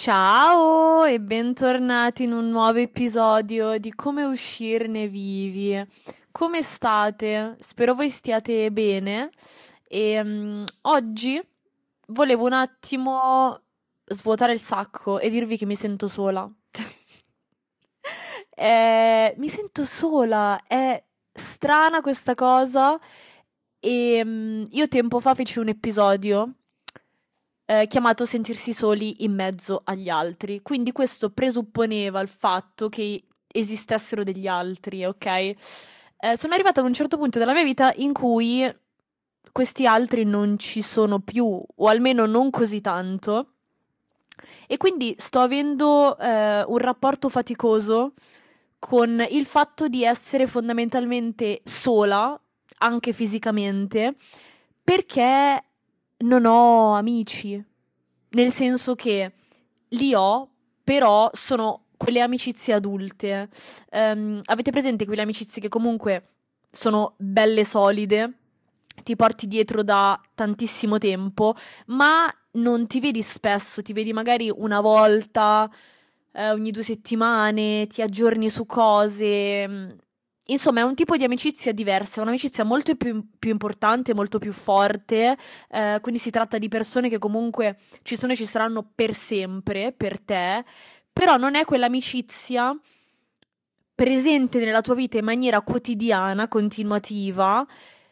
Ciao e bentornati in un nuovo episodio di Come uscirne vivi. Come state? Spero voi stiate bene. Oggi volevo un attimo svuotare il sacco e dirvi che mi sento sola. Mi sento sola, è strana questa cosa. Io tempo fa feci un episodio chiamato Sentirsi soli in mezzo agli altri. Quindi questo presupponeva il fatto che esistessero degli altri, ok? Sono arrivata ad un certo punto della mia vita in cui questi altri non ci sono più, o almeno non così tanto. E quindi sto avendo un rapporto faticoso con il fatto di essere fondamentalmente sola, anche fisicamente, perché non ho amici. Nel senso che li ho, però sono quelle amicizie adulte. Avete presente quelle amicizie che comunque sono belle solide, ti porti dietro da tantissimo tempo, ma non ti vedi spesso, ti vedi magari una volta ogni 2 settimane, ti aggiorni su cose. Insomma, è un tipo di amicizia diversa, è un'amicizia molto più importante, molto più forte, quindi si tratta di persone che comunque ci sono e ci saranno per sempre, per te, però non è quell'amicizia presente nella tua vita in maniera quotidiana, continuativa,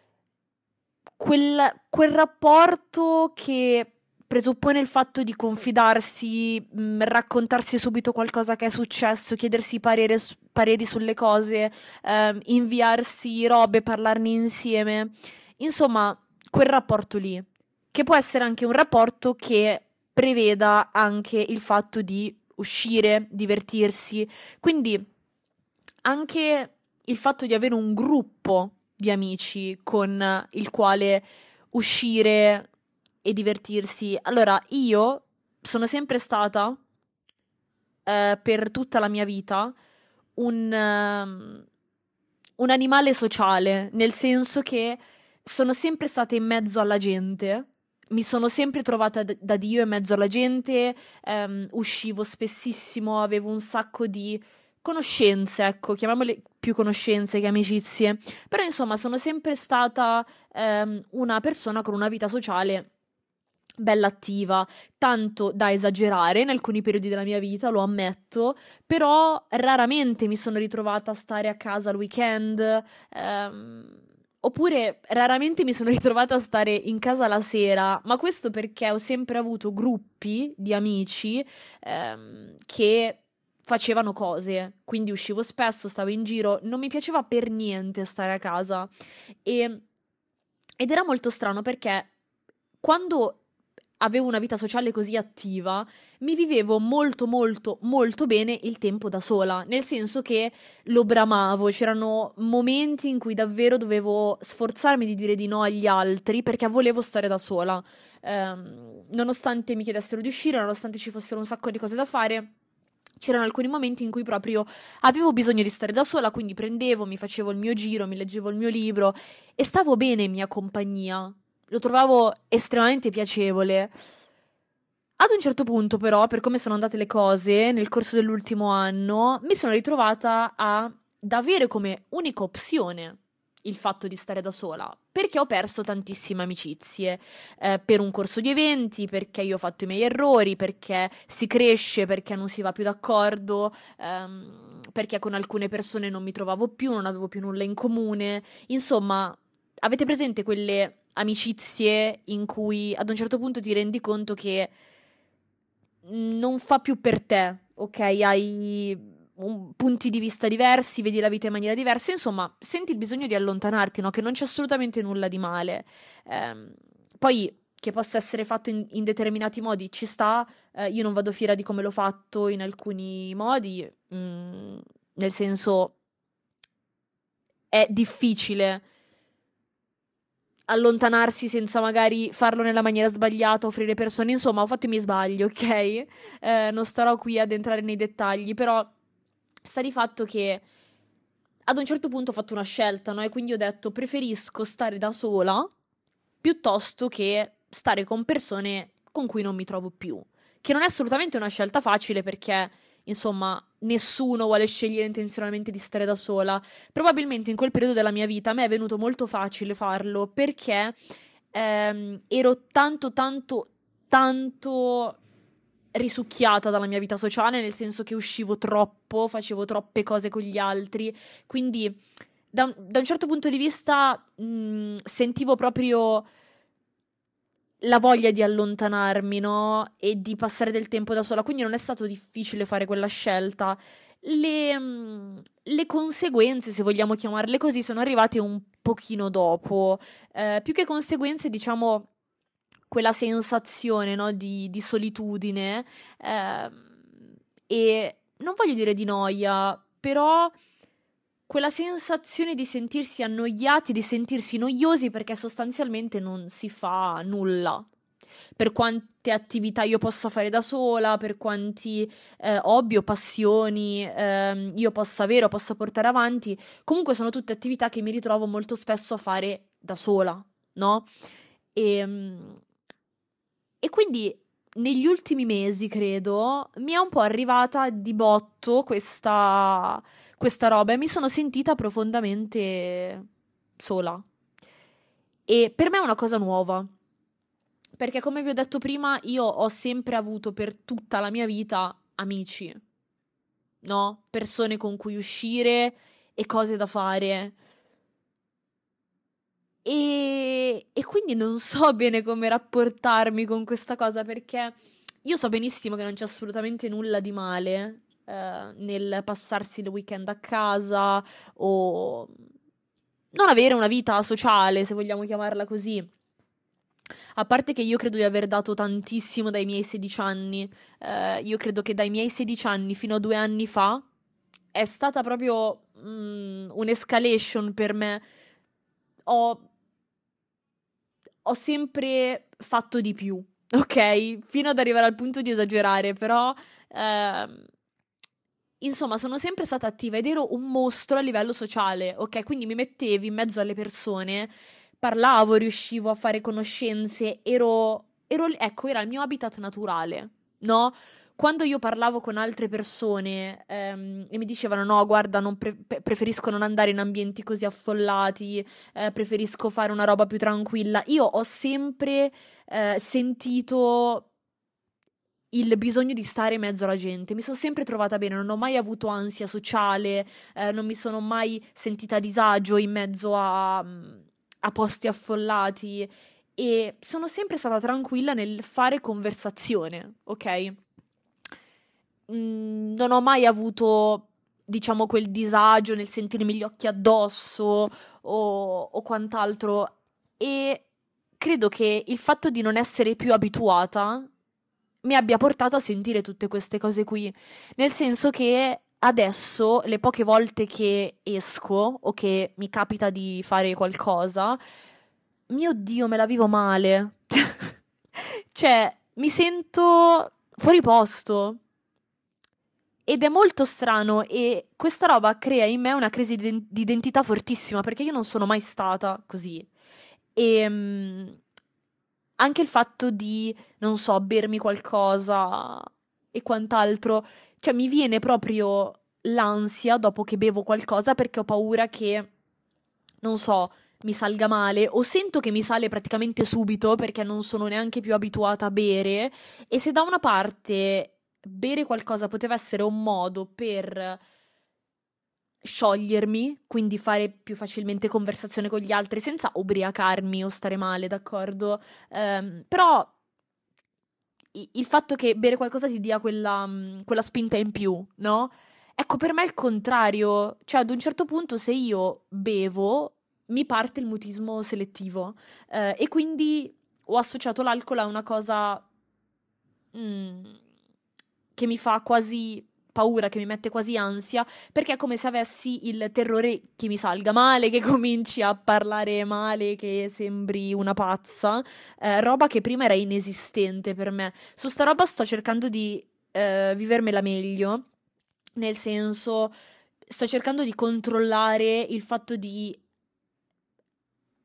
quel rapporto che presuppone il fatto di confidarsi, raccontarsi subito qualcosa che è successo, chiedersi pareri sulle cose, inviarsi robe, parlarne insieme. Insomma, quel rapporto lì, che può essere anche un rapporto che preveda anche il fatto di uscire, divertirsi. Quindi anche il fatto di avere un gruppo di amici con il quale uscire e divertirsi. Allora, io sono sempre stata, per tutta la mia vita, un animale sociale, nel senso che sono sempre stata in mezzo alla gente. Mi sono sempre trovata da Dio in mezzo alla gente, uscivo spessissimo, avevo un sacco di conoscenze, ecco, chiamiamole più conoscenze che amicizie. Però insomma sono sempre stata una persona con una vita sociale bella attiva, tanto da esagerare in alcuni periodi della mia vita, lo ammetto, però raramente mi sono ritrovata a stare a casa al weekend, oppure raramente mi sono ritrovata a stare in casa la sera, ma questo perché ho sempre avuto gruppi di amici che facevano cose, quindi uscivo spesso, stavo in giro, non mi piaceva per niente stare a casa e, ed era molto strano perché quando avevo una vita sociale così attiva, mi vivevo molto molto molto bene il tempo da sola, nel senso che lo bramavo, c'erano momenti in cui davvero dovevo sforzarmi di dire di no agli altri perché volevo stare da sola. Nonostante mi chiedessero di uscire, nonostante ci fossero un sacco di cose da fare, c'erano alcuni momenti in cui proprio avevo bisogno di stare da sola, quindi prendevo, mi facevo il mio giro, mi leggevo il mio libro e stavo bene in mia compagnia. Lo trovavo estremamente piacevole. Ad un certo punto, però, per come sono andate le cose nel corso dell'ultimo anno, mi sono ritrovata ad avere come unica opzione il fatto di stare da sola, perché ho perso tantissime amicizie, per un corso di eventi, perché io ho fatto i miei errori, perché si cresce, perché non si va più d'accordo, perché con alcune persone non mi trovavo più, non avevo più nulla in comune. Insomma, avete presente quelle amicizie in cui ad un certo punto ti rendi conto che non fa più per te, ok? Hai punti di vista diversi, vedi la vita in maniera diversa, insomma, senti il bisogno di allontanarti, no? Che non c'è assolutamente nulla di male. Ehm, Poi che possa essere fatto in determinati modi ci sta, io non vado fiera di come l'ho fatto in alcuni modi, nel senso è difficile allontanarsi senza magari farlo nella maniera sbagliata, offrire persone, insomma, ho fatto i miei sbagli, ok? Non starò qui ad entrare nei dettagli, però sta di fatto che ad un certo punto ho fatto una scelta, no? E quindi ho detto preferisco stare da sola piuttosto che stare con persone con cui non mi trovo più. che non è assolutamente una scelta facile perché, insomma, nessuno vuole scegliere intenzionalmente di stare da sola. Probabilmente in quel periodo della mia vita a me è venuto molto facile farlo perché ero tanto, tanto, tanto risucchiata dalla mia vita sociale, nel senso che uscivo troppo, facevo troppe cose con gli altri, quindi da un certo punto di vista sentivo proprio la voglia di allontanarmi, no? E di passare del tempo da sola, quindi non è stato difficile fare quella scelta. Le conseguenze, se vogliamo chiamarle così, sono arrivate un pochino dopo. Più che conseguenze, diciamo, quella sensazione, no, di solitudine, e non voglio dire di noia, però quella sensazione di sentirsi annoiati, di sentirsi noiosi perché sostanzialmente non si fa nulla. Per quante attività io possa fare da sola, per quanti hobby o passioni io possa avere o possa portare avanti, comunque sono tutte attività che mi ritrovo molto spesso a fare da sola, no? E, e quindi negli ultimi mesi, credo, mi è un po' arrivata di botto questa roba e mi sono sentita profondamente sola. E per me è una cosa nuova, perché come vi ho detto prima, io ho sempre avuto per tutta la mia vita amici, no? Persone con cui uscire e cose da fare. E quindi non so bene come rapportarmi con questa cosa perché io so benissimo che non c'è assolutamente nulla di male nel passarsi il weekend a casa o non avere una vita sociale, se vogliamo chiamarla così. A parte che io credo di aver dato tantissimo dai miei 16 anni, io credo che dai miei 16 anni fino a 2 anni fa è stata proprio un'escalation per me. Ho ho sempre fatto di più, ok? Fino ad arrivare al punto di esagerare, però insomma, sono sempre stata attiva ed ero un mostro a livello sociale, ok? Quindi mi mettevi in mezzo alle persone, parlavo, riuscivo a fare conoscenze, ecco, era il mio habitat naturale, no? Quando io parlavo con altre persone e mi dicevano no, guarda, preferisco non andare in ambienti così affollati, preferisco fare una roba più tranquilla, io ho sempre sentito il bisogno di stare in mezzo alla gente. Mi sono sempre trovata bene, non ho mai avuto ansia sociale, non mi sono mai sentita a disagio in mezzo a posti affollati e sono sempre stata tranquilla nel fare conversazione, ok? Non ho mai avuto, diciamo, quel disagio nel sentirmi gli occhi addosso o quant'altro e credo che il fatto di non essere più abituata mi abbia portato a sentire tutte queste cose qui. Nel senso che adesso, le poche volte che esco o che mi capita di fare qualcosa, mio Dio, me la vivo male. Cioè, mi sento fuori posto. Ed è molto strano e questa roba crea in me una crisi di identità fortissima perché io non sono mai stata così. E anche il fatto di, non so, bermi qualcosa e quant'altro, cioè mi viene proprio l'ansia dopo che bevo qualcosa perché ho paura che, non so, mi salga male o sento che mi sale praticamente subito perché non sono neanche più abituata a bere e se da una parte bere qualcosa poteva essere un modo per sciogliermi, quindi fare più facilmente conversazione con gli altri senza ubriacarmi o stare male, d'accordo? Però il fatto che bere qualcosa ti dia quella spinta in più, no? Ecco, per me è il contrario. Cioè, ad un certo punto, se io bevo, mi parte il mutismo selettivo. E quindi ho associato l'alcol a una cosa mm, che mi fa quasi paura, che mi mette quasi ansia, perché è come se avessi il terrore che mi salga male, che cominci a parlare male, che sembri una pazza, roba che prima era inesistente per me. Su sta roba sto cercando di vivermela meglio, nel senso sto cercando di controllare il fatto di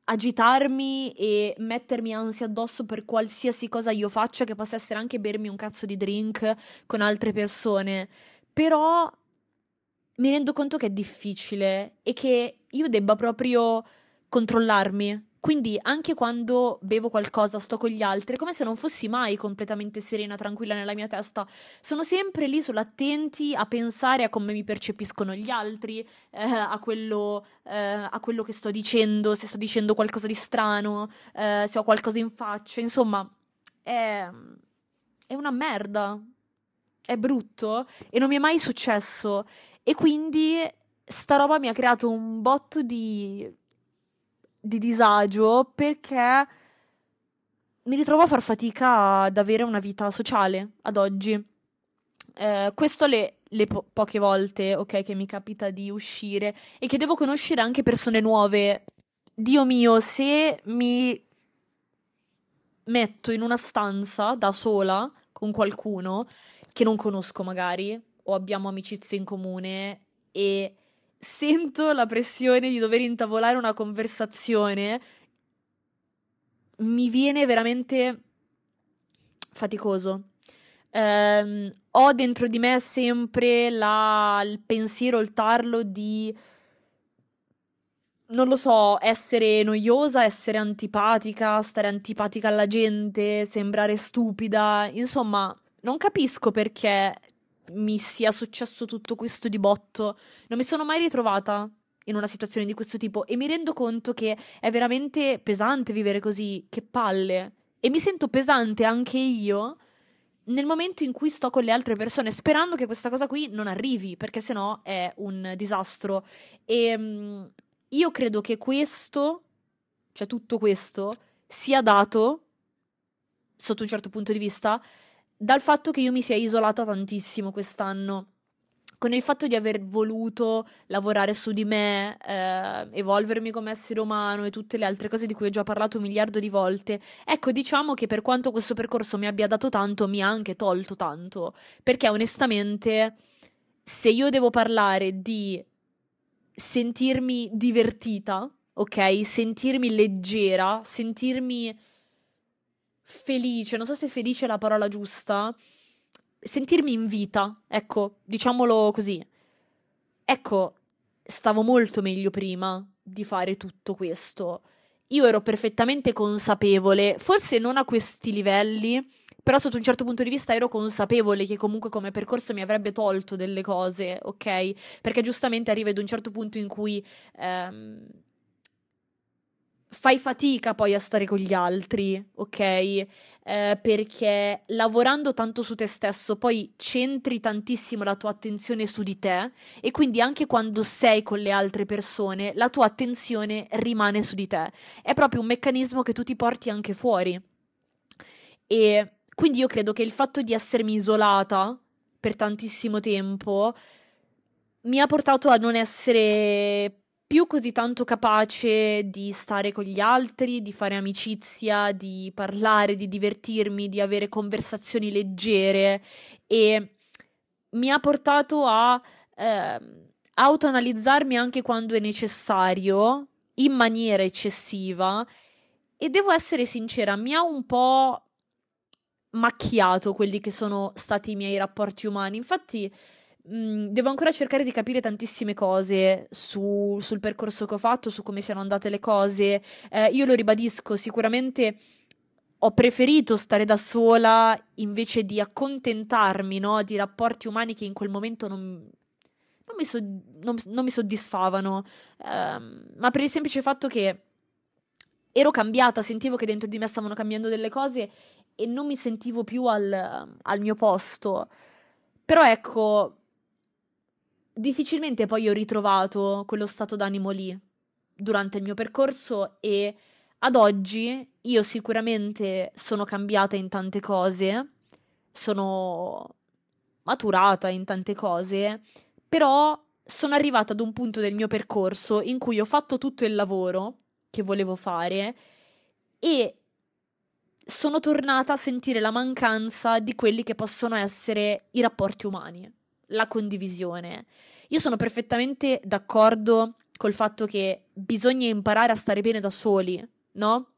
agitarmi e mettermi ansia addosso per qualsiasi cosa io faccia, che possa essere anche bermi un cazzo di drink con altre persone. Però mi rendo conto che è difficile e che io debba proprio controllarmi. Quindi anche quando bevo qualcosa, sto con gli altri, è come se non fossi mai completamente serena, tranquilla nella mia testa. Sono sempre lì sull'attenti a pensare a come mi percepiscono gli altri, a quello che sto dicendo, se sto dicendo qualcosa di strano, se ho qualcosa in faccia. Insomma, è una merda. È brutto e non mi è mai successo. E quindi sta roba mi ha creato un botto di disagio, perché mi ritrovo a far fatica ad avere una vita sociale ad oggi. Questo le poche volte, ok, che mi capita di uscire e che devo conoscere anche persone nuove. Dio mio, se mi metto in una stanza da sola con qualcuno che non conosco magari, o abbiamo amicizie in comune, e sento la pressione di dover intavolare una conversazione, mi viene veramente faticoso. Ho dentro di me sempre il pensiero, il tarlo di, non lo so, essere noiosa, essere antipatica, stare antipatica alla gente, sembrare stupida. Insomma, non capisco perché mi sia successo tutto questo di botto. Non mi sono mai ritrovata in una situazione di questo tipo e mi rendo conto che è veramente pesante vivere così, che palle. E mi sento pesante anche io nel momento in cui sto con le altre persone, sperando che questa cosa qui non arrivi, perché sennò è un disastro. E io credo che questo, cioè tutto questo, sia dato, sotto un certo punto di vista, dal fatto che io mi sia isolata tantissimo quest'anno, con il fatto di aver voluto lavorare su di me, evolvermi come essere umano e tutte le altre cose di cui ho già parlato un miliardo di volte. Ecco, diciamo che per quanto questo percorso mi abbia dato tanto, mi ha anche tolto tanto, perché onestamente, se io devo parlare di sentirmi divertita, ok? Sentirmi leggera, sentirmi felice, non so se felice è la parola giusta, sentirmi in vita, ecco, diciamolo così. Ecco, stavo molto meglio prima di fare tutto questo. Io ero perfettamente consapevole, forse non a questi livelli, però sotto un certo punto di vista ero consapevole che comunque come percorso mi avrebbe tolto delle cose, ok? Perché giustamente arrivi ad un certo punto in cui fai fatica poi a stare con gli altri, ok? Perché lavorando tanto su te stesso poi centri tantissimo la tua attenzione su di te e quindi anche quando sei con le altre persone la tua attenzione rimane su di te. È proprio un meccanismo che tu ti porti anche fuori. E quindi io credo che il fatto di essermi isolata per tantissimo tempo mi ha portato a non essere più così tanto capace di stare con gli altri, di fare amicizia, di parlare, di divertirmi, di avere conversazioni leggere, e mi ha portato a autoanalizzarmi anche quando è necessario, in maniera eccessiva, e devo essere sincera, mi ha un po' macchiato quelli che sono stati i miei rapporti umani. Infatti devo ancora cercare di capire tantissime cose sul percorso che ho fatto, su come siano andate le cose. Io lo ribadisco, sicuramente ho preferito stare da sola invece di accontentarmi, no, di rapporti umani che in quel momento non mi soddisfavano, ma per il semplice fatto che ero cambiata, sentivo che dentro di me stavano cambiando delle cose e non mi sentivo più al mio posto. Però ecco, difficilmente poi ho ritrovato quello stato d'animo lì durante il mio percorso, e ad oggi io sicuramente sono cambiata in tante cose, sono maturata in tante cose, però sono arrivata ad un punto del mio percorso in cui ho fatto tutto il lavoro che volevo fare e sono tornata a sentire la mancanza di quelli che possono essere i rapporti umani, la condivisione. Io sono perfettamente d'accordo col fatto che bisogna imparare a stare bene da soli, no?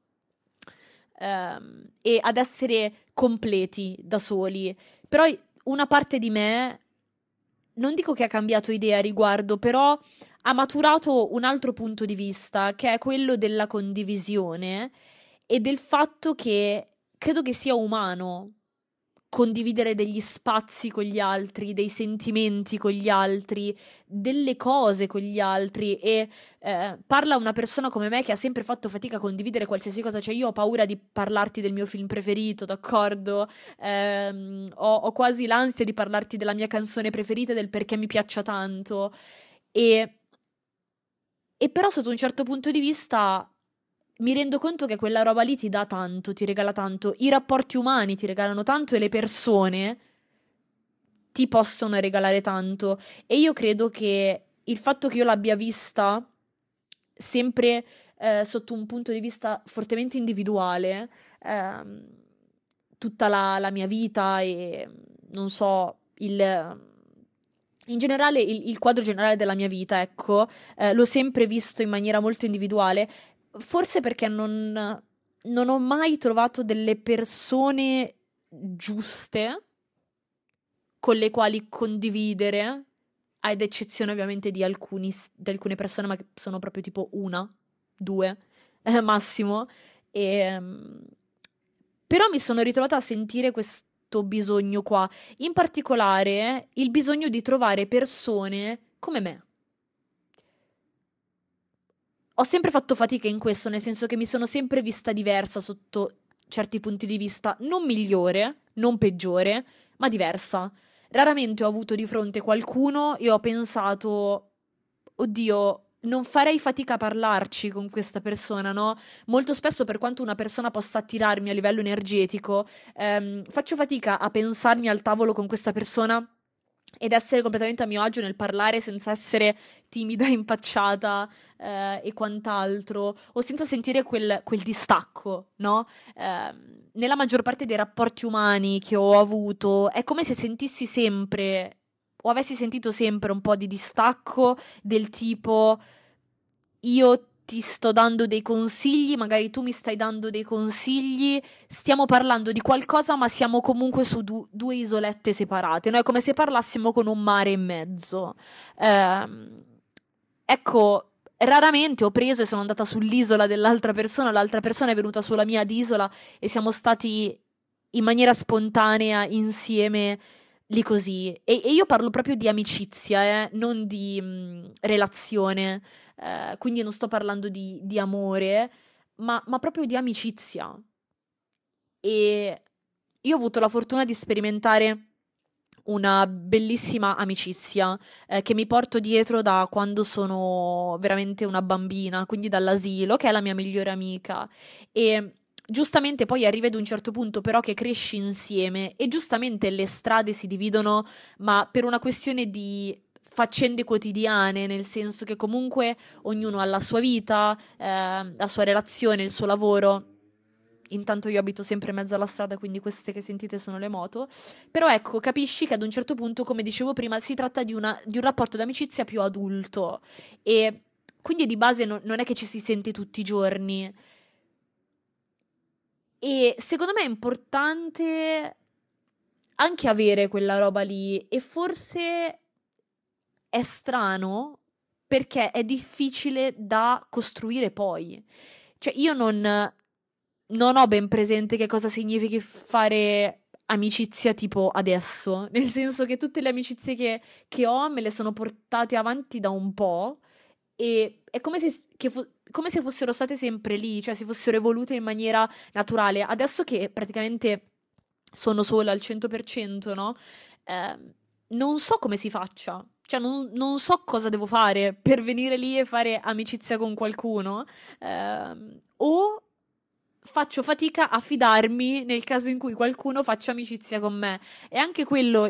E ad essere completi da soli. Però una parte di me, non dico che ha cambiato idea a riguardo, però ha maturato un altro punto di vista, che è quello della condivisione e del fatto che credo che sia umano condividere degli spazi con gli altri, dei sentimenti con gli altri, delle cose con gli altri e parla una persona come me che ha sempre fatto fatica a condividere qualsiasi cosa, cioè io ho paura di parlarti del mio film preferito, d'accordo? Ho quasi l'ansia di parlarti della mia canzone preferita e del perché mi piaccia tanto e però sotto un certo punto di vista mi rendo conto che quella roba lì ti dà tanto, ti regala tanto, i rapporti umani ti regalano tanto e le persone ti possono regalare tanto. E io credo che il fatto che io l'abbia vista sempre sotto un punto di vista fortemente individuale, tutta la mia vita e non so, in generale il quadro generale della mia vita, ecco, l'ho sempre visto in maniera molto individuale. Forse perché non ho mai trovato delle persone giuste con le quali condividere, ad eccezione ovviamente di di alcune persone, ma che sono proprio tipo una, due, massimo. E, però mi sono ritrovata a sentire questo bisogno qua, in particolare il bisogno di trovare persone come me. Ho sempre fatto fatica in questo, nel senso che mi sono sempre vista diversa sotto certi punti di vista, non migliore, non peggiore, ma diversa. Raramente ho avuto di fronte qualcuno e ho pensato, oddio, non farei fatica a parlarci con questa persona, no? Molto spesso, per quanto una persona possa attirarmi a livello energetico, faccio fatica a pensarmi al tavolo con questa persona ed essere completamente a mio agio nel parlare senza essere timida, impacciata e quant'altro, o senza sentire quel distacco, no? Nella maggior parte dei rapporti umani che ho avuto è come se sentissi sempre o avessi sentito sempre un po' di distacco del tipo io ti sto dando dei consigli, magari tu mi stai dando dei consigli, stiamo parlando di qualcosa ma siamo comunque su due isolette separate, no? È come se parlassimo con un mare in mezzo. Ecco, raramente ho preso e sono andata sull'isola dell'altra persona, l'altra persona è venuta sulla mia isola e siamo stati in maniera spontanea insieme lì così. E io parlo proprio di amicizia, non di relazione. Quindi non sto parlando di amore, ma proprio di amicizia. E io ho avuto la fortuna di sperimentare una bellissima amicizia che mi porto dietro da quando sono veramente una bambina, quindi dall'asilo, che è la mia migliore amica. E giustamente poi arrivi ad un certo punto però che cresci insieme e giustamente le strade si dividono, ma per una questione di faccende quotidiane, nel senso che comunque ognuno ha la sua vita, la sua relazione, il suo lavoro. Intanto io abito sempre in mezzo alla strada, quindi queste che sentite sono le moto. Però ecco, capisci che ad un certo punto, come dicevo prima, si tratta di un rapporto d'amicizia più adulto. E quindi di base non è che ci si sente tutti i giorni. E secondo me è importante anche avere quella roba lì. E forse è strano perché è difficile da costruire poi. Cioè, io non ho ben presente che cosa significhi fare amicizia tipo adesso, nel senso che tutte le amicizie che ho me le sono portate avanti da un po' e è come se fossero state sempre lì, cioè si fossero evolute in maniera naturale. Adesso che praticamente sono sola al 100%, no? Non so come si faccia. Cioè, non so cosa devo fare per venire lì e fare amicizia con qualcuno. O faccio fatica a fidarmi nel caso in cui qualcuno faccia amicizia con me. È anche quello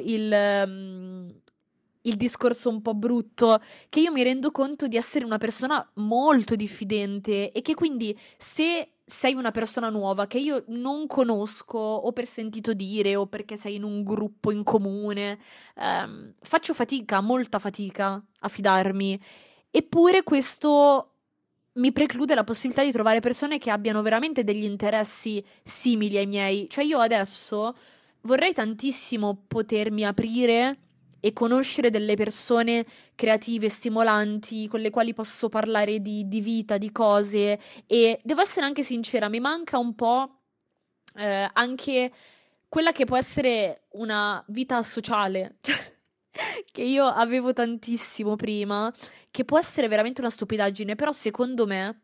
il discorso un po' brutto, che io mi rendo conto di essere una persona molto diffidente e che quindi se sei una persona nuova che io non conosco o per sentito dire o perché sei in un gruppo in comune, faccio fatica, molta fatica a fidarmi Eppure questo mi preclude la possibilità di trovare persone che abbiano veramente degli interessi simili ai miei. Cioè io adesso vorrei tantissimo potermi aprire e conoscere delle persone creative, stimolanti, con le quali posso parlare di vita, di cose. E devo essere anche sincera, mi manca un po' anche quella che può essere una vita sociale, che io avevo tantissimo prima, che può essere veramente una stupidaggine, però secondo me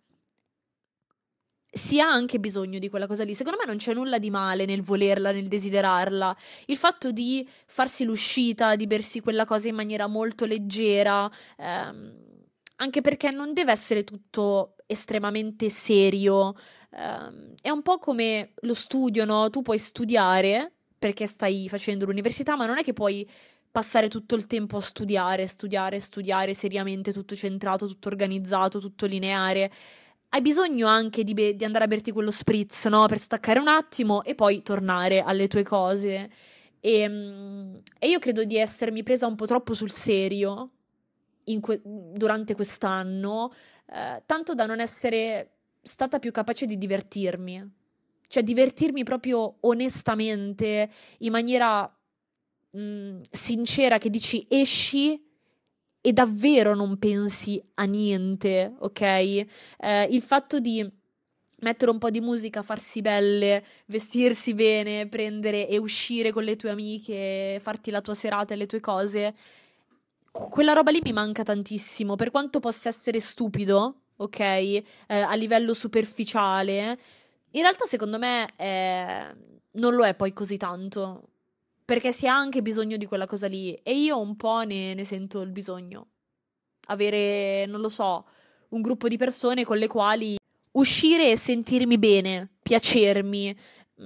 si ha anche bisogno di quella cosa lì. Secondo me non c'è nulla di male nel volerla, nel desiderarla. Il fatto di farsi l'uscita, di bersi quella cosa in maniera molto leggera, anche perché non deve essere tutto estremamente serio. È un po' come lo studio, no? Tu puoi studiare perché stai facendo l'università, ma non è che puoi passare tutto il tempo a studiare, studiare, studiare seriamente, tutto centrato, tutto organizzato, tutto lineare. Hai bisogno anche di andare a berti quello spritz, no? Per staccare un attimo e poi tornare alle tue cose. E io credo di essermi presa un po' troppo sul serio durante quest'anno, tanto da non essere stata più capace di divertirmi. Cioè, divertirmi proprio onestamente, in maniera sincera, che dici esci e davvero non pensi a niente, ok? Il fatto di mettere un po' di musica, farsi belle, vestirsi bene, prendere e uscire con le tue amiche, farti la tua serata e le tue cose, quella roba lì mi manca tantissimo, per quanto possa essere stupido, ok? A livello superficiale, in realtà secondo me non lo è poi così tanto. Perché si ha anche bisogno di quella cosa lì. E io un po' ne sento il bisogno. Avere, non lo so, un gruppo di persone con le quali uscire e sentirmi bene, piacermi.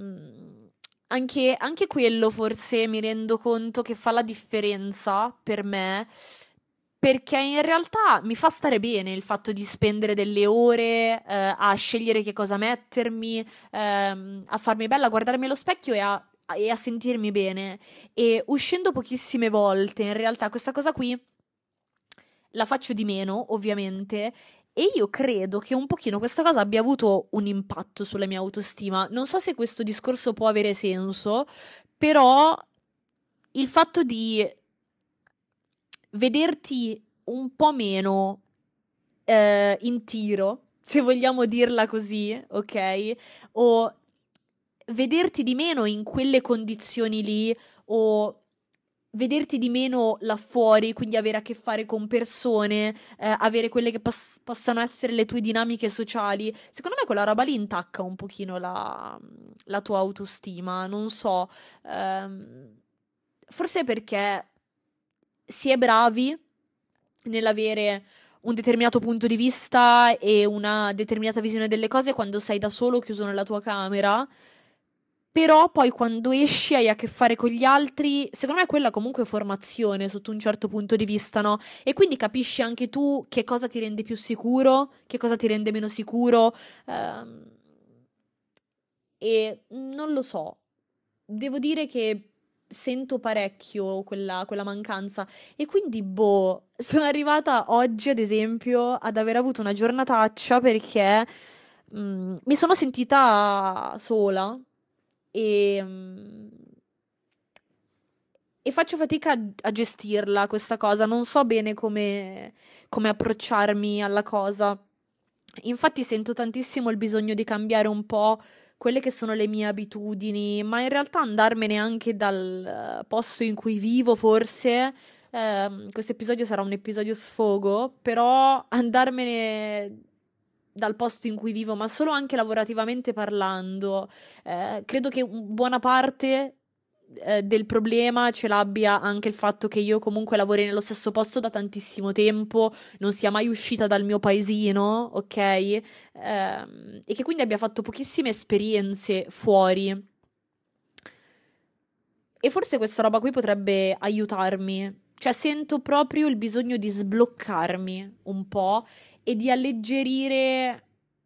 Anche quello forse mi rendo conto che fa la differenza per me. Perché in realtà mi fa stare bene il fatto di spendere delle ore a scegliere che cosa mettermi, a farmi bella, a guardarmi allo specchio e a sentirmi bene. E uscendo pochissime volte, in realtà questa cosa qui la faccio di meno, ovviamente, e io credo che un pochino questa cosa abbia avuto un impatto sulla mia autostima. Non so se questo discorso può avere senso, però il fatto di vederti un po' meno in tiro, se vogliamo dirla così, ok? O vederti di meno in quelle condizioni lì, o vederti di meno là fuori, quindi avere a che fare con persone, avere quelle che possano essere le tue dinamiche sociali. Secondo me quella roba lì intacca un pochino la tua autostima, non so. Forse perché si è bravi nell'avere un determinato punto di vista e una determinata visione delle cose quando sei da solo chiuso nella tua camera. Però poi quando esci hai a che fare con gli altri, secondo me quella comunque è formazione sotto un certo punto di vista, no? E quindi capisci anche tu che cosa ti rende più sicuro, che cosa ti rende meno sicuro. E non lo so. Devo dire che sento parecchio quella mancanza. E quindi, boh, sono arrivata oggi, ad esempio, ad aver avuto una giornataccia perché mi sono sentita sola e, e faccio fatica a gestirla questa cosa, non so bene come approcciarmi alla cosa. Infatti sento tantissimo il bisogno di cambiare un po' quelle che sono le mie abitudini, ma in realtà andarmene anche dal posto in cui vivo, forse. Questo episodio sarà un episodio sfogo, però andarmene dal posto in cui vivo, ma solo anche lavorativamente parlando. Credo che buona parte del problema ce l'abbia anche il fatto che io comunque lavori nello stesso posto da tantissimo tempo, non sia mai uscita dal mio paesino, ok? E che quindi abbia fatto pochissime esperienze fuori. E forse questa roba qui potrebbe aiutarmi. Cioè, sento proprio il bisogno di sbloccarmi un po' e di alleggerire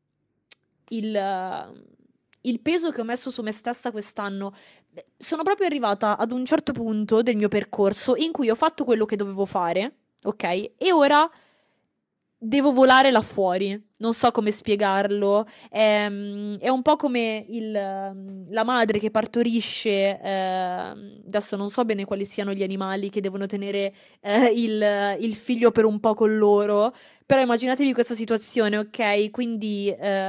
il peso che ho messo su me stessa quest'anno. Sono proprio arrivata ad un certo punto del mio percorso in cui ho fatto quello che dovevo fare, ok? E ora devo volare là fuori, non so come spiegarlo, è un po' come la madre che partorisce, adesso non so bene quali siano gli animali che devono tenere il figlio per un po' con loro, però immaginatevi questa situazione, ok? Quindi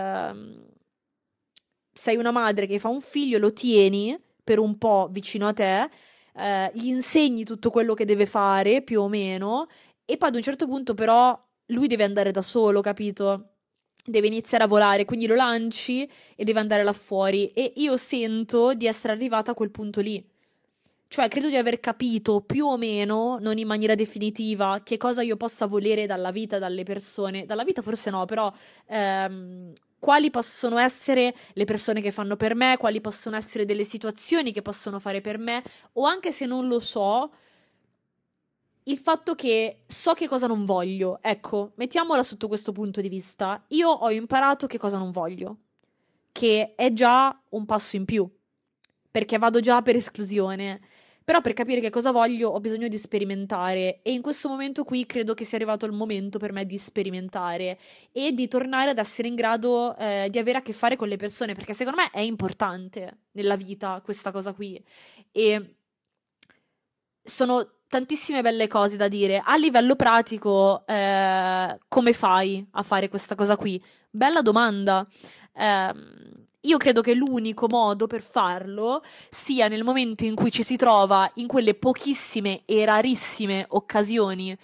sei una madre che fa un figlio, lo tieni per un po' vicino a te, gli insegni tutto quello che deve fare, più o meno, e poi ad un certo punto però lui deve andare da solo, capito? Deve iniziare a volare, quindi lo lanci e deve andare là fuori. E io sento di essere arrivata a quel punto lì. Cioè, credo di aver capito più o meno, non in maniera definitiva, che cosa io possa volere dalla vita, dalle persone. Dalla vita forse no, però quali possono essere le persone che fanno per me, quali possono essere delle situazioni che possono fare per me, o anche se non lo so, il fatto che so che cosa non voglio. Ecco, mettiamola sotto questo punto di vista. Io ho imparato che cosa non voglio, che è già un passo in più, perché vado già per esclusione. Però per capire che cosa voglio ho bisogno di sperimentare e in questo momento qui credo che sia arrivato il momento per me di sperimentare e di tornare ad essere in grado di avere a che fare con le persone, perché secondo me è importante nella vita questa cosa qui. E sono tantissime belle cose da dire. A livello pratico, come fai a fare questa cosa qui? Bella domanda. Io credo che l'unico modo per farlo sia nel momento in cui ci si trova in quelle pochissime e rarissime occasioni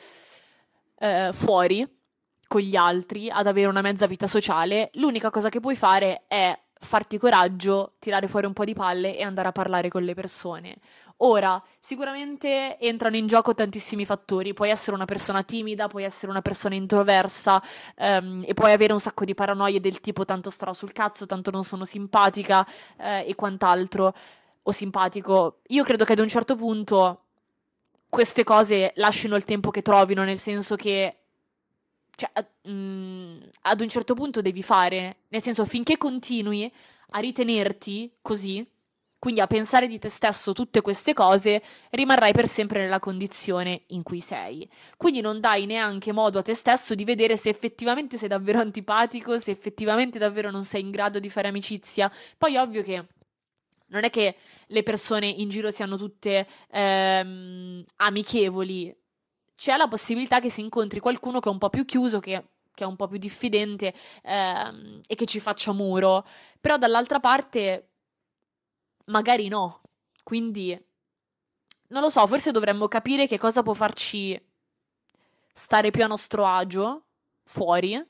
fuori con gli altri ad avere una mezza vita sociale. L'unica cosa che puoi fare è farti coraggio, tirare fuori un po' di palle e andare a parlare con le persone. Ora, sicuramente entrano in gioco tantissimi fattori. Puoi essere una persona timida, puoi essere una persona introversa, e puoi avere un sacco di paranoie del tipo tanto starò sul cazzo, tanto non sono simpatica, e quant'altro, o simpatico. Io credo che ad un certo punto queste cose lasciano il tempo che trovino, nel senso che cioè, ad un certo punto devi fare, nel senso, finché continui a ritenerti così, quindi a pensare di te stesso tutte queste cose, rimarrai per sempre nella condizione in cui sei. Quindi non dai neanche modo a te stesso di vedere se effettivamente sei davvero antipatico, se effettivamente davvero non sei in grado di fare amicizia. Poi ovvio che non è che le persone in giro siano tutte amichevoli. C'è la possibilità che si incontri qualcuno che è un po' più chiuso, che è un po' più diffidente, e che ci faccia muro. Però dall'altra parte magari no. Quindi non lo so, forse dovremmo capire che cosa può farci stare più a nostro agio fuori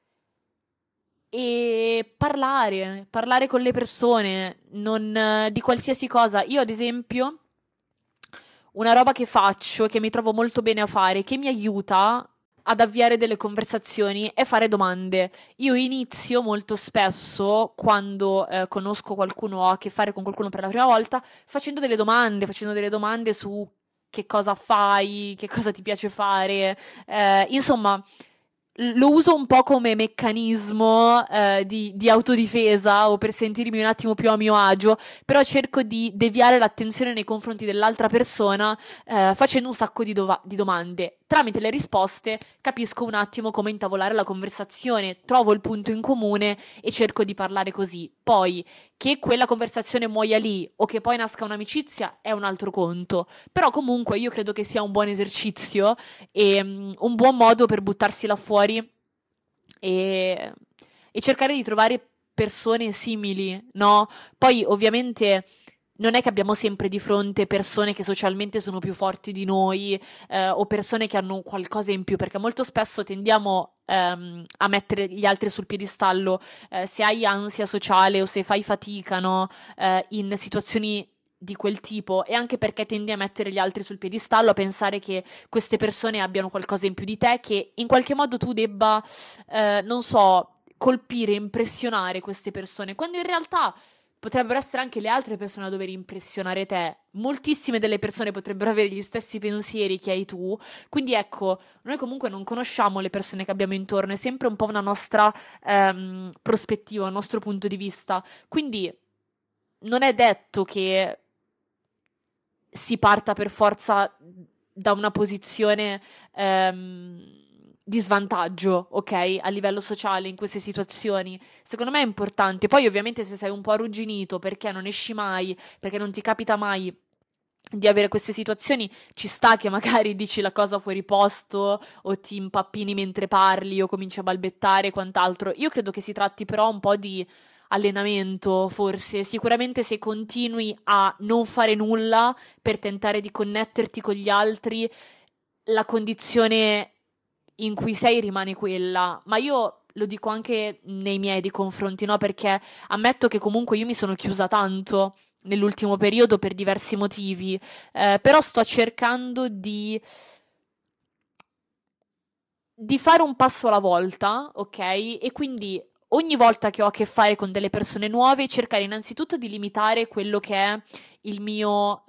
e parlare con le persone, non di qualsiasi cosa. Io, ad esempio, una roba che faccio, che mi trovo molto bene a fare, che mi aiuta ad avviare delle conversazioni è fare domande. Io inizio molto spesso, quando conosco qualcuno o ho a che fare con qualcuno per la prima volta, facendo delle domande su che cosa fai, che cosa ti piace fare, insomma, lo uso un po' come meccanismo di autodifesa o per sentirmi un attimo più a mio agio, però cerco di deviare l'attenzione nei confronti dell'altra persona facendo un sacco di domande. Tramite le risposte capisco un attimo come intavolare la conversazione, trovo il punto in comune e cerco di parlare così. Poi, che quella conversazione muoia lì o che poi nasca un'amicizia è un altro conto, però comunque io credo che sia un buon esercizio e un buon modo per buttarsi là fuori e cercare di trovare persone simili, no? Poi ovviamente non è che abbiamo sempre di fronte persone che socialmente sono più forti di noi, o persone che hanno qualcosa in più, perché molto spesso tendiamo a mettere gli altri sul piedistallo, se hai ansia sociale o se fai fatica, no? In situazioni di quel tipo, e anche perché tendi a mettere gli altri sul piedistallo, a pensare che queste persone abbiano qualcosa in più di te, che in qualche modo tu debba, non so, colpire, impressionare queste persone, quando in realtà potrebbero essere anche le altre persone a dover impressionare te. Moltissime delle persone potrebbero avere gli stessi pensieri che hai tu, quindi ecco, noi comunque non conosciamo le persone che abbiamo intorno, è sempre un po' una nostra prospettiva, un nostro punto di vista, quindi non è detto che si parta per forza da una posizione di svantaggio, ok? A livello sociale in queste situazioni. Secondo me è importante. Poi ovviamente se sei un po' arrugginito perché non esci mai, perché non ti capita mai di avere queste situazioni, ci sta che magari dici la cosa fuori posto o ti impappini mentre parli o cominci a balbettare e quant'altro. Io credo che si tratti però un po' di allenamento, forse. Sicuramente se continui a non fare nulla per tentare di connetterti con gli altri, la condizione in cui sei rimane quella, ma io lo dico anche nei miei di confronti, no? Perché ammetto che comunque io mi sono chiusa tanto nell'ultimo periodo per diversi motivi, però sto cercando di fare un passo alla volta, ok? E quindi ogni volta che ho a che fare con delle persone nuove, cercare innanzitutto di limitare quello che è il mio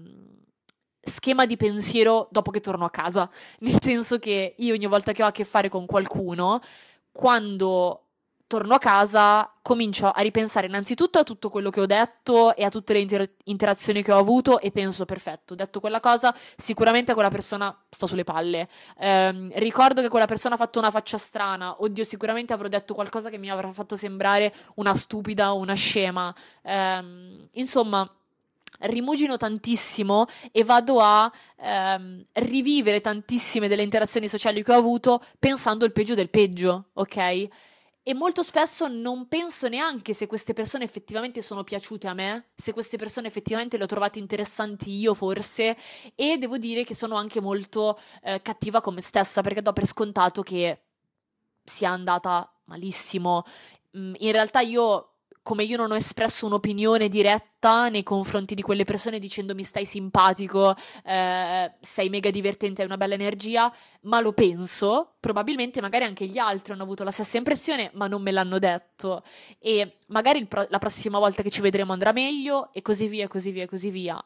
schema di pensiero dopo che torno a casa. Nel senso che io ogni volta che ho a che fare con qualcuno, quando torno a casa comincio a ripensare innanzitutto a tutto quello che ho detto e a tutte le interazioni che ho avuto e penso, perfetto, ho detto quella cosa, sicuramente a quella persona sto sulle palle. Ricordo che quella persona ha fatto una faccia strana, oddio, sicuramente avrò detto qualcosa che mi avrà fatto sembrare una stupida o una scema. Insomma, rimugino tantissimo e vado a rivivere tantissime delle interazioni sociali che ho avuto pensando il peggio del peggio, ok? E molto spesso non penso neanche se queste persone effettivamente sono piaciute a me, se queste persone effettivamente le ho trovate interessanti io forse, e devo dire che sono anche molto cattiva con me stessa perché do per scontato che sia andata malissimo. In realtà come io non ho espresso un'opinione diretta nei confronti di quelle persone dicendo mi stai simpatico, sei mega divertente, hai una bella energia, ma lo penso, probabilmente magari anche gli altri hanno avuto la stessa impressione, ma non me l'hanno detto. E magari la prossima volta che ci vedremo andrà meglio, e così via, così via, così via.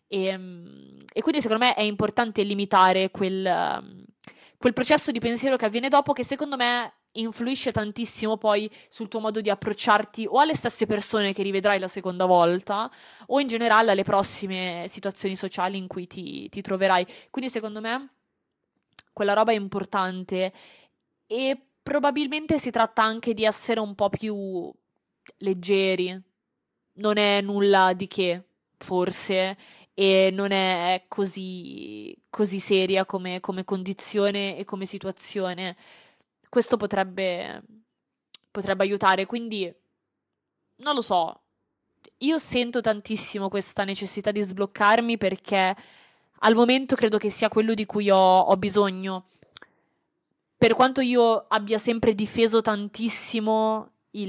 E quindi secondo me è importante limitare quel processo di pensiero che avviene dopo, che secondo me influisce tantissimo poi sul tuo modo di approcciarti o alle stesse persone che rivedrai la seconda volta o in generale alle prossime situazioni sociali in cui ti troverai. Quindi secondo me quella roba è importante e probabilmente si tratta anche di essere un po' più leggeri. Non è nulla di che, forse, e non è così seria come condizione e come situazione. Questo potrebbe aiutare, quindi non lo so. Io sento tantissimo questa necessità di sbloccarmi perché al momento credo che sia quello di cui ho bisogno. Per quanto io abbia sempre difeso tantissimo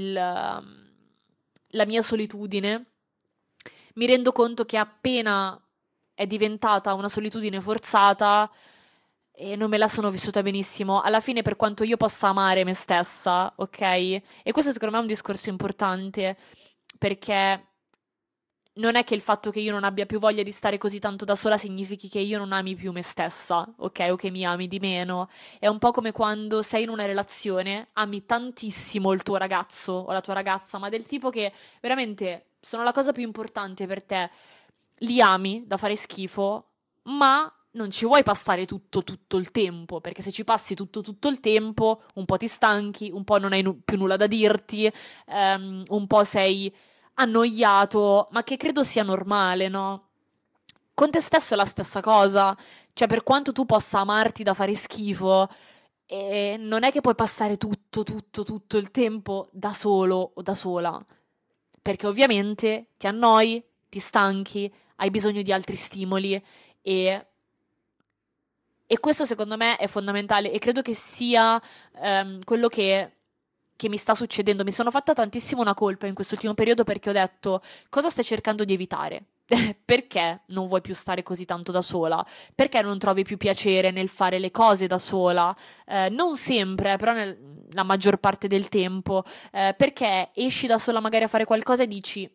la mia solitudine, mi rendo conto che appena è diventata una solitudine forzata e non me la sono vissuta benissimo. Alla fine, per quanto io possa amare me stessa, ok? E questo secondo me è un discorso importante perché non è che il fatto che io non abbia più voglia di stare così tanto da sola significhi che io non ami più me stessa, ok? O che mi ami di meno. È un po' come quando sei in una relazione, ami tantissimo il tuo ragazzo o la tua ragazza, ma del tipo che veramente sono la cosa più importante per te. Li ami da fare schifo, ma non ci vuoi passare tutto il tempo, perché se ci passi tutto il tempo, un po' ti stanchi, un po' non hai più nulla da dirti, un po' sei annoiato, ma che credo sia normale, no? Con te stesso è la stessa cosa, cioè per quanto tu possa amarti da fare schifo, non è che puoi passare tutto il tempo da solo o da sola, perché ovviamente ti annoi, ti stanchi, hai bisogno di altri stimoli e questo secondo me è fondamentale e credo che sia quello che mi sta succedendo. Mi sono fatta tantissimo una colpa in quest'ultimo periodo perché ho detto cosa stai cercando di evitare? Perché non vuoi più stare così tanto da sola? Perché non trovi più piacere nel fare le cose da sola? Non sempre, però la maggior parte del tempo. Perché esci da sola magari a fare qualcosa e dici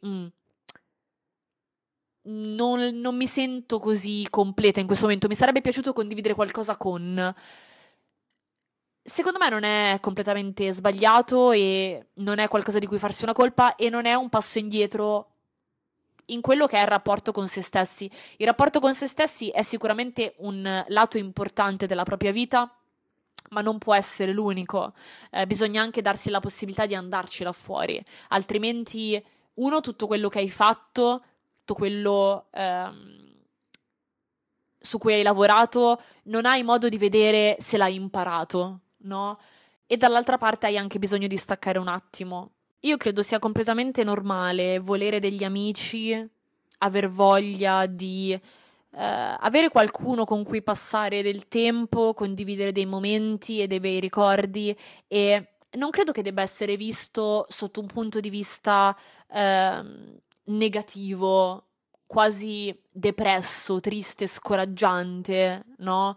non mi sento così completa in questo momento, mi sarebbe piaciuto condividere qualcosa con. Secondo me non è completamente sbagliato e non è qualcosa di cui farsi una colpa e non è un passo indietro in quello che è il rapporto con se stessi. Il rapporto con se stessi è sicuramente un lato importante della propria vita, ma non può essere l'unico. Bisogna anche darsi la possibilità di andarci là fuori, altrimenti, uno, tutto quello che hai fatto, tutto quello su cui hai lavorato, non hai modo di vedere se l'hai imparato, no? E dall'altra parte hai anche bisogno di staccare un attimo. Io credo sia completamente normale volere degli amici, aver voglia di avere qualcuno con cui passare del tempo, condividere dei momenti e dei bei ricordi, e non credo che debba essere visto sotto un punto di vista negativo, quasi depresso, triste, scoraggiante, no?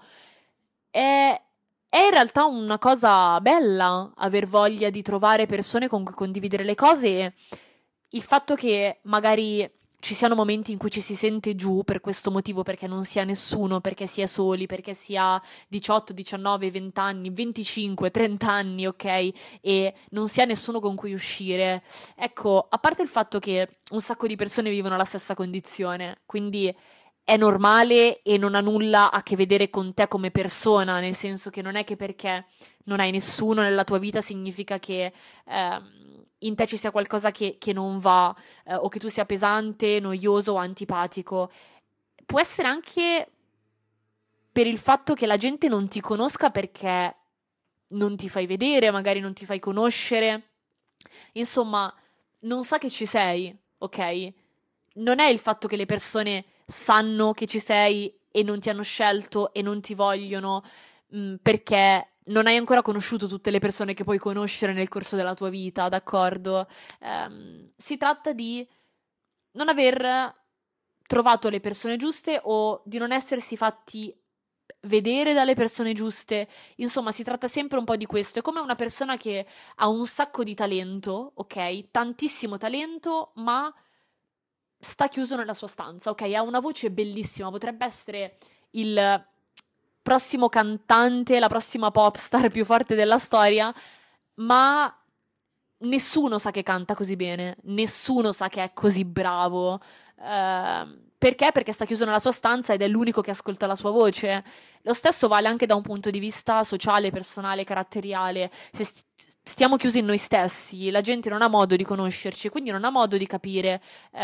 È in realtà una cosa bella aver voglia di trovare persone con cui condividere le cose, e il fatto che magari ci siano momenti in cui ci si sente giù per questo motivo, perché non si ha nessuno, perché si è soli, perché si ha 18, 19, 20 anni, 25, 30 anni, ok? E non si ha nessuno con cui uscire. Ecco, a parte il fatto che un sacco di persone vivono la stessa condizione, quindi è normale e non ha nulla a che vedere con te come persona, nel senso che non è che perché non hai nessuno nella tua vita significa che in te ci sia qualcosa che non va, o che tu sia pesante, noioso o antipatico. Può essere anche per il fatto che la gente non ti conosca perché non ti fai vedere, magari non ti fai conoscere, insomma, non sa che ci sei, ok? Non è il fatto che le persone sanno che ci sei e non ti hanno scelto e non ti vogliono, perché non hai ancora conosciuto tutte le persone che puoi conoscere nel corso della tua vita, d'accordo? Si tratta di non aver trovato le persone giuste o di non essersi fatti vedere dalle persone giuste. Insomma, si tratta sempre un po' di questo. È come una persona che ha un sacco di talento, ok? Tantissimo talento, ma sta chiuso nella sua stanza, ok? Ha una voce bellissima, potrebbe essere il prossimo cantante, la prossima pop star più forte della storia, ma nessuno sa che canta così bene, nessuno sa che è così bravo. Perché? Perché sta chiuso nella sua stanza ed è l'unico che ascolta la sua voce. Lo stesso vale anche da un punto di vista sociale, personale, caratteriale. Se stiamo chiusi in noi stessi, la gente non ha modo di conoscerci, quindi non ha modo di capire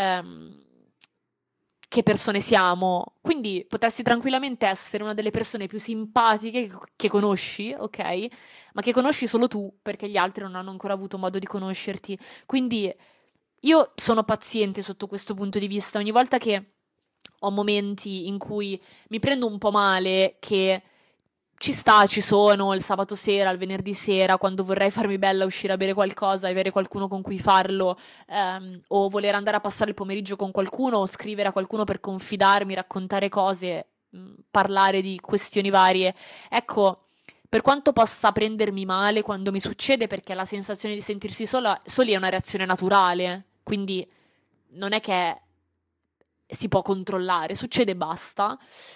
che persone siamo. Quindi potresti tranquillamente essere una delle persone più simpatiche che conosci, ok? Ma che conosci solo tu, perché gli altri non hanno ancora avuto modo di conoscerti. Quindi io sono paziente sotto questo punto di vista. Ogni volta che ho momenti in cui mi prendo un po' male, che ci sono il sabato sera, il venerdì sera, quando vorrei farmi bella, uscire a bere qualcosa e avere qualcuno con cui farlo, o voler andare a passare il pomeriggio con qualcuno, o scrivere a qualcuno per confidarmi, raccontare cose, parlare di questioni varie. Ecco, per quanto possa prendermi male quando mi succede, perché la sensazione di sentirsi soli è una reazione naturale, quindi non è che si può controllare, succede e basta.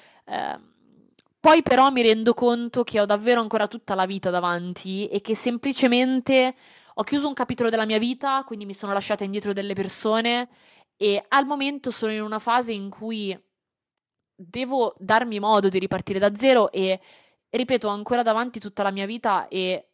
Poi però mi rendo conto che ho davvero ancora tutta la vita davanti e che semplicemente ho chiuso un capitolo della mia vita, quindi mi sono lasciata indietro delle persone e al momento sono in una fase in cui devo darmi modo di ripartire da zero e, ripeto, ho ancora davanti tutta la mia vita e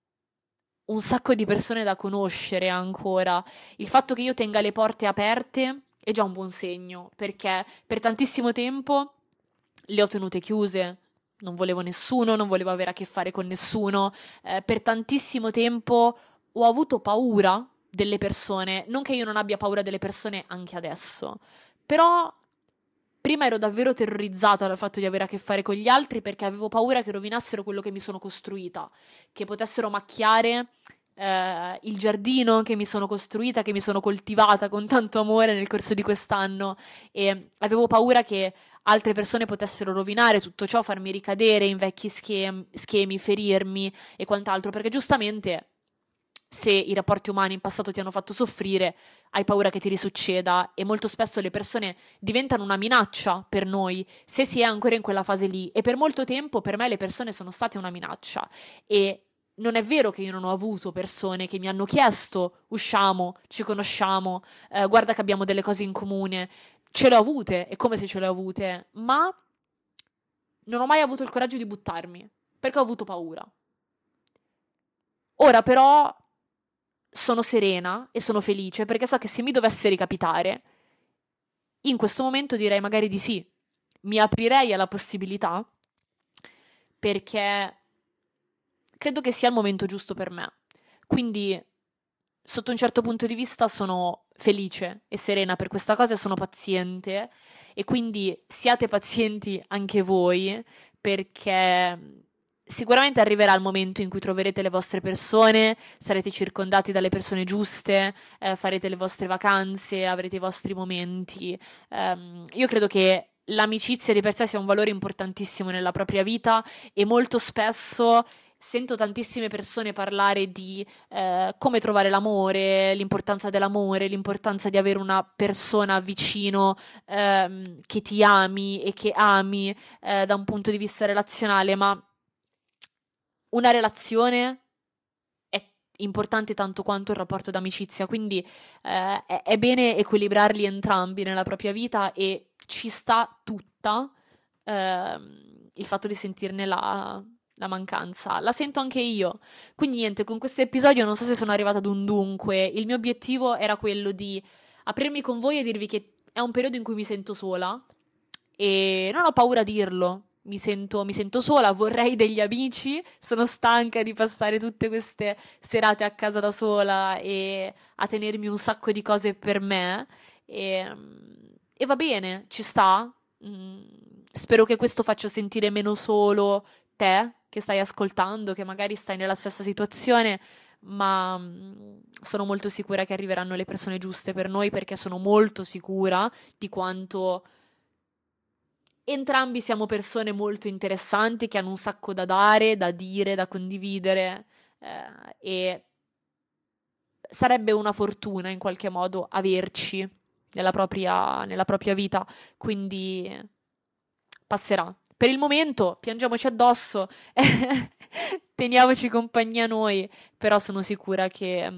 un sacco di persone da conoscere ancora. Il fatto che io tenga le porte aperte è già un buon segno, perché per tantissimo tempo le ho tenute chiuse, non volevo nessuno, non volevo avere a che fare con nessuno, per tantissimo tempo ho avuto paura delle persone, non che io non abbia paura delle persone anche adesso, però prima ero davvero terrorizzata dal fatto di avere a che fare con gli altri perché avevo paura che rovinassero quello che mi sono costruita, che potessero macchiare il giardino che mi sono costruita, che mi sono coltivata con tanto amore nel corso di quest'anno, e avevo paura che altre persone potessero rovinare tutto ciò, farmi ricadere in vecchi schemi, ferirmi e quant'altro, perché giustamente se i rapporti umani in passato ti hanno fatto soffrire, hai paura che ti risucceda e molto spesso le persone diventano una minaccia per noi se si è ancora in quella fase lì, e per molto tempo per me le persone sono state una minaccia. E non è vero che io non ho avuto persone che mi hanno chiesto usciamo, ci conosciamo, guarda che abbiamo delle cose in comune. Ce le ho avute, è come se ce le ho avute, ma non ho mai avuto il coraggio di buttarmi, perché ho avuto paura. Ora però sono serena e sono felice perché so che se mi dovesse ricapitare, in questo momento direi magari di sì. Mi aprirei alla possibilità perché credo che sia il momento giusto per me. Quindi, sotto un certo punto di vista, sono felice e serena per questa cosa e sono paziente. E quindi siate pazienti anche voi, perché sicuramente arriverà il momento in cui troverete le vostre persone, sarete circondati dalle persone giuste, farete le vostre vacanze, avrete i vostri momenti. Io credo che l'amicizia di per sé sia un valore importantissimo nella propria vita e molto spesso sento tantissime persone parlare di come trovare l'amore, l'importanza di avere una persona vicino che ti ami e che ami da un punto di vista relazionale, ma una relazione è importante tanto quanto il rapporto d'amicizia, quindi è bene equilibrarli entrambi nella propria vita e ci sta tutta il fatto di sentirne la mancanza. La sento anche io. Quindi niente, con questo episodio non so se sono arrivata ad un dunque. Il mio obiettivo era quello di aprirmi con voi e dirvi che è un periodo in cui mi sento sola e non ho paura a dirlo. Mi sento sola, vorrei degli amici, sono stanca di passare tutte queste serate a casa da sola e a tenermi un sacco di cose per me. E, e va bene, ci sta. Mm, spero che questo faccia sentire meno solo te che stai ascoltando, che magari stai nella stessa situazione, ma sono molto sicura che arriveranno le persone giuste per noi perché sono molto sicura di quanto entrambi siamo persone molto interessanti che hanno un sacco da dare, da dire, da condividere e sarebbe una fortuna in qualche modo averci nella propria vita, quindi passerà. Per il momento piangiamoci addosso, teniamoci compagnia noi, però sono sicura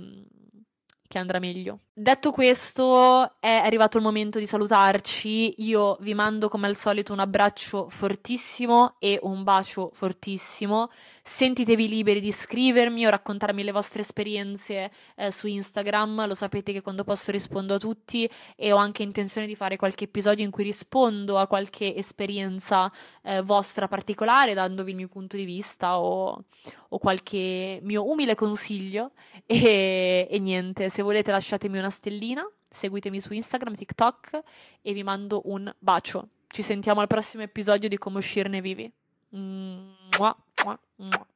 che andrà meglio. Detto questo, è arrivato il momento di salutarci. Io vi mando come al solito un abbraccio fortissimo e un bacio fortissimo. Sentitevi liberi di scrivermi o raccontarmi le vostre esperienze su Instagram. Lo sapete che quando posso rispondo a tutti e ho anche intenzione di fare qualche episodio in cui rispondo a qualche esperienza vostra particolare, dandovi il mio punto di vista o qualche mio umile consiglio. E niente, se volete lasciatemi una stellina, seguitemi su Instagram, TikTok e vi mando un bacio. Ci sentiamo al prossimo episodio di Come uscirne vivi. Mua, mua, mua.